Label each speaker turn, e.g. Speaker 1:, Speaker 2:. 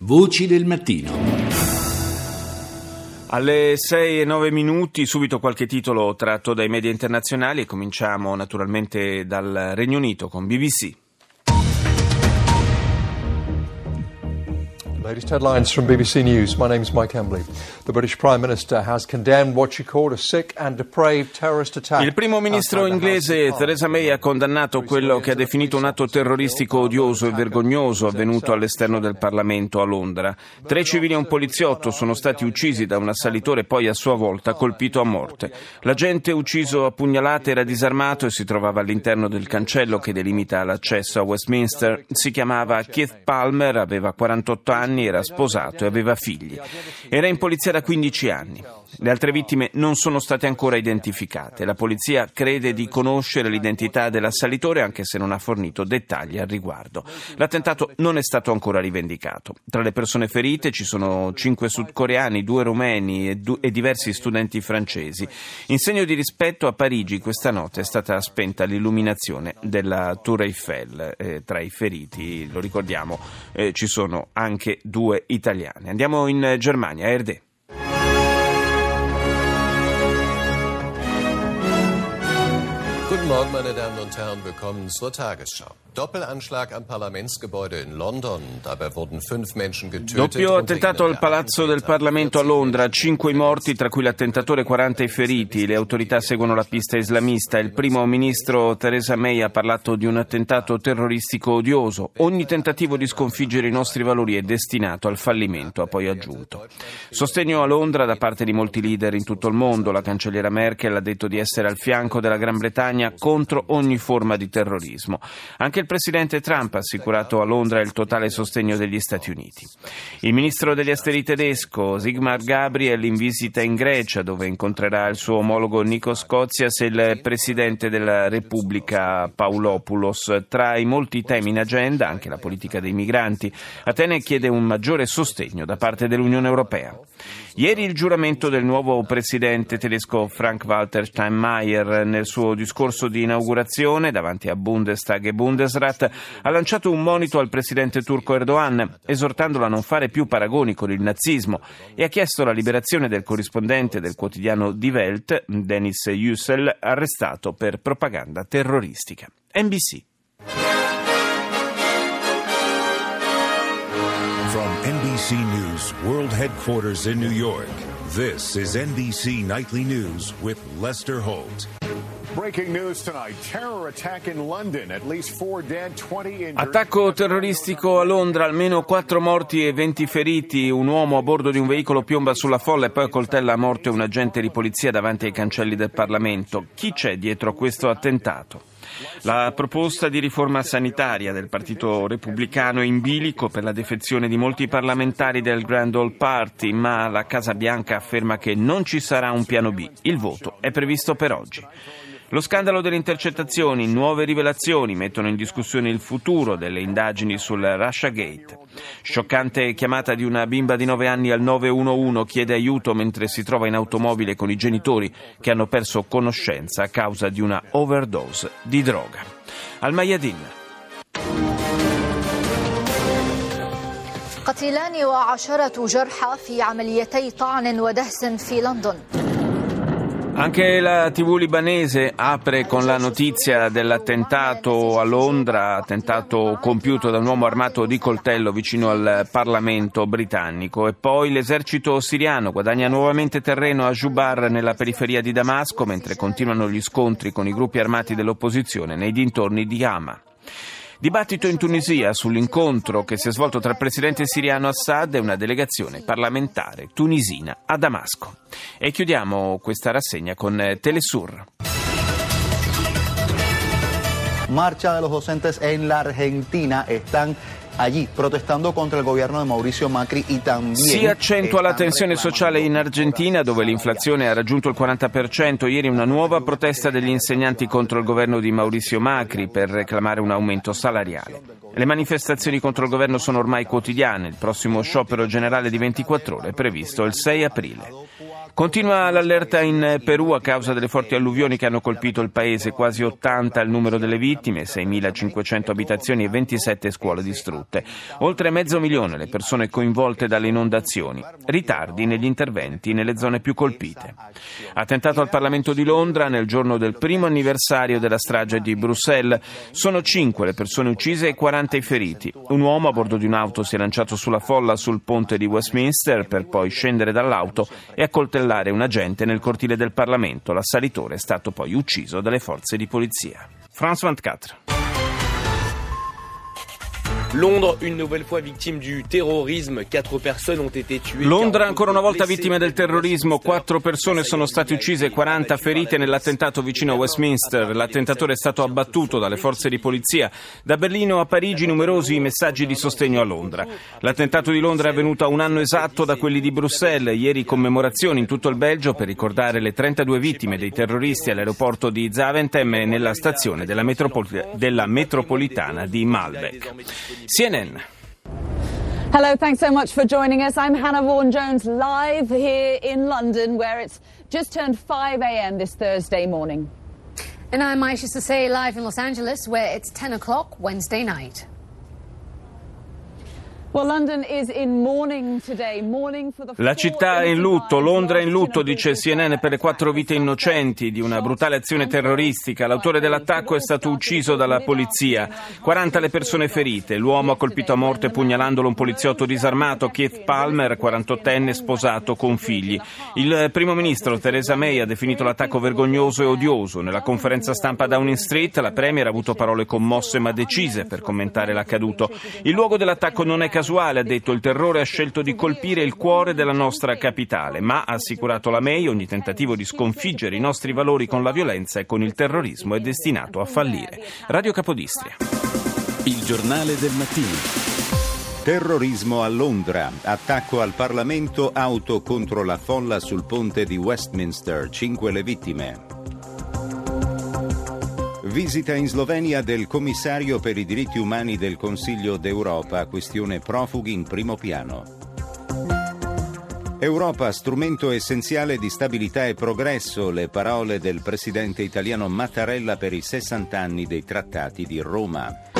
Speaker 1: Voci del mattino.
Speaker 2: Alle 6:09, subito qualche titolo tratto dai media internazionali e cominciamo naturalmente dal Regno Unito con BBC.
Speaker 3: Latest headlines from BBC News. My name is Mike Embley. The British Prime Minister has condemned what she called a sick and depraved terrorist attack.
Speaker 2: Il primo ministro inglese Theresa May ha condannato quello che ha definito un atto terroristico odioso e vergognoso avvenuto all'esterno del Parlamento a Londra. 3 civili e un poliziotto sono stati uccisi da un assalitore poi a sua volta colpito a morte. L'agente ucciso a pugnalate era disarmato e si trovava all'interno del cancello che delimita l'accesso a Westminster. Si chiamava Keith Palmer, aveva 48 anni, era sposato e aveva figli. Era in polizia da 15 anni. Le altre vittime non sono state ancora identificate. La polizia crede di conoscere l'identità dell'assalitore, anche se non ha fornito dettagli al riguardo. L'attentato non è stato ancora rivendicato. Tra le persone ferite ci sono 5 sudcoreani, 2 rumeni e diversi studenti francesi. In segno di rispetto, a Parigi questa notte è stata spenta l'illuminazione della Tour Eiffel. Tra i feriti, lo ricordiamo, ci sono anche 2 italiani. Andiamo in Germania, ARD.
Speaker 4: Guten Morgen, meine Damen und Herren, willkommen zur Tagesschau. Doppelanschlag am Parlamentsgebäude in London, dabei wurden 5 Menschen getötet.
Speaker 2: Doppio attentato al palazzo del Parlamento a Londra, 5 morti, tra cui l'attentatore, 40 i feriti. Le autorità seguono la pista islamista. Il primo ministro Theresa May ha parlato di un attentato terroristico odioso. Ogni tentativo di sconfiggere i nostri valori è destinato al fallimento, ha poi aggiunto. Sostegno a Londra da parte di molti leader in tutto il mondo. La cancelliera Merkel ha detto di essere al fianco della Gran Bretagna contro ogni forma di terrorismo. Anche il presidente Trump ha assicurato a Londra il totale sostegno degli Stati Uniti. Il ministro degli esteri tedesco Sigmar Gabriel in visita in Grecia, dove incontrerà il suo omologo Nikos Koutsias e il presidente della Repubblica Paulopoulos. Tra i molti temi in agenda anche la politica dei migranti. Atene chiede un maggiore sostegno da parte dell'Unione Europea. Ieri il giuramento del nuovo presidente tedesco Frank-Walter Steinmeier. Nel suo discorso di inaugurazione davanti a Bundestag e Bundesrat ha lanciato un monito al presidente turco Erdogan, esortandolo a non fare più paragoni con il nazismo, e ha chiesto la liberazione del corrispondente del quotidiano Die Welt, Dennis Yücel, arrestato per propaganda terroristica. NBC.
Speaker 5: From NBC News World Headquarters in New York, this is NBC Nightly News with Lester Holt.
Speaker 6: Breaking news tonight, terror attack in London, at least 4 dead, 20 injured.
Speaker 2: Attacco terroristico a Londra, almeno 4 morti e 20 feriti. Un uomo a bordo di un veicolo piomba sulla folla e poi accoltella a morte un agente di polizia davanti ai cancelli del Parlamento. Chi c'è dietro a questo attentato? La proposta di riforma sanitaria del Partito Repubblicano è in bilico per la defezione di molti parlamentari del Grand Old Party, ma la Casa Bianca afferma che non ci sarà un piano B. Il voto è previsto per oggi. Lo scandalo delle intercettazioni, nuove rivelazioni mettono in discussione il futuro delle indagini sul Russiagate. Scioccante chiamata di una bimba di 9 anni al 911, chiede aiuto mentre si trova in automobile con i genitori che hanno perso conoscenza a causa di una overdose di droga. Al Mayadin.
Speaker 7: قتيلان و10 جرحى في عمليتي طعن ودهس في لندن.
Speaker 2: Anche la TV libanese apre con la notizia dell'attentato a Londra, attentato compiuto da un uomo armato di coltello vicino al Parlamento britannico. E poi l'esercito siriano guadagna nuovamente terreno a Jubar nella periferia di Damasco, mentre continuano gli scontri con i gruppi armati dell'opposizione nei dintorni di Hama. Dibattito in Tunisia sull'incontro che si è svolto tra il presidente siriano Assad e una delegazione parlamentare tunisina a Damasco. E chiudiamo questa rassegna con Telesur.
Speaker 8: Marcha de los docentes en la Argentina están allí protestando contro il governo di Mauricio Macri y también.
Speaker 2: Si accentua la tensione sociale in Argentina, dove l'inflazione ha raggiunto il 40%. Ieri una nuova protesta degli insegnanti contro il governo di Mauricio Macri per reclamare un aumento salariale. Le manifestazioni contro il governo sono ormai quotidiane. Il prossimo sciopero generale di 24 ore è previsto il 6 aprile. Continua l'allerta in Perù a causa delle forti alluvioni che hanno colpito il paese, quasi 80 il numero delle vittime, 6.500 abitazioni e 27 scuole distrutte. Oltre 500.000 le persone coinvolte dalle inondazioni, ritardi negli interventi nelle zone più colpite. Attentato al Parlamento di Londra nel giorno del primo anniversario della strage di Bruxelles. Sono 5 le persone uccise e 40 i feriti. Un uomo a bordo di un'auto si è lanciato sulla folla sul ponte di Westminster per poi scendere dall'auto e accoltellare un agente nel cortile del Parlamento. L'assalitore è stato poi ucciso dalle forze di polizia. France 24.
Speaker 1: Londra, une nouvelle fois victime du terrorisme, 4 personnes ont été tuées.
Speaker 2: Londra ancora una volta vittima del terrorismo, 4 persone sono state uccise e 40 ferite nell'attentato vicino a Westminster. L'attentatore è stato abbattuto dalle forze di polizia. Da Berlino a Parigi numerosi messaggi di sostegno a Londra. L'attentato di Londra è avvenuto a un anno esatto da quelli di Bruxelles. Ieri commemorazioni in tutto il Belgio per ricordare le 32 vittime dei terroristi all'aeroporto di Zaventem e nella stazione della metropolitana di Malbec. CNN.
Speaker 9: Hello, thanks so much for joining us. I'm Hannah Vaughan-Jones live here in London where it's just turned 5 a.m. this Thursday morning.
Speaker 10: And I'm Aisha Sasay live in Los Angeles where it's 10 o'clock Wednesday night.
Speaker 2: La città è in lutto, Londra è in lutto, dice CNN, per le 4 vite innocenti di una brutale azione terroristica. L'autore dell'attacco è stato ucciso dalla polizia, 40 le persone ferite. L'uomo ha colpito a morte pugnalandolo un poliziotto disarmato, Keith Palmer, 48enne, sposato con figli. Il primo ministro Theresa May ha definito l'attacco vergognoso e odioso. Nella conferenza stampa a Downing Street la premier ha avuto parole commosse ma decise per commentare l'accaduto. Il luogo dell'attacco non è casuale, ha detto. Il terrore ha scelto di colpire il cuore della nostra capitale, ma, ha assicurato la May, ogni tentativo di sconfiggere i nostri valori con la violenza e con il terrorismo è destinato a fallire. Radio Capodistria.
Speaker 11: Il giornale del mattino. Terrorismo a Londra, attacco al Parlamento, auto contro la folla sul ponte di Westminster, 5 le vittime. Visita in Slovenia del commissario per i diritti umani del Consiglio d'Europa, questione profughi in primo piano. Europa, strumento essenziale di stabilità e progresso, le parole del presidente italiano Mattarella per i 60 anni dei trattati di Roma.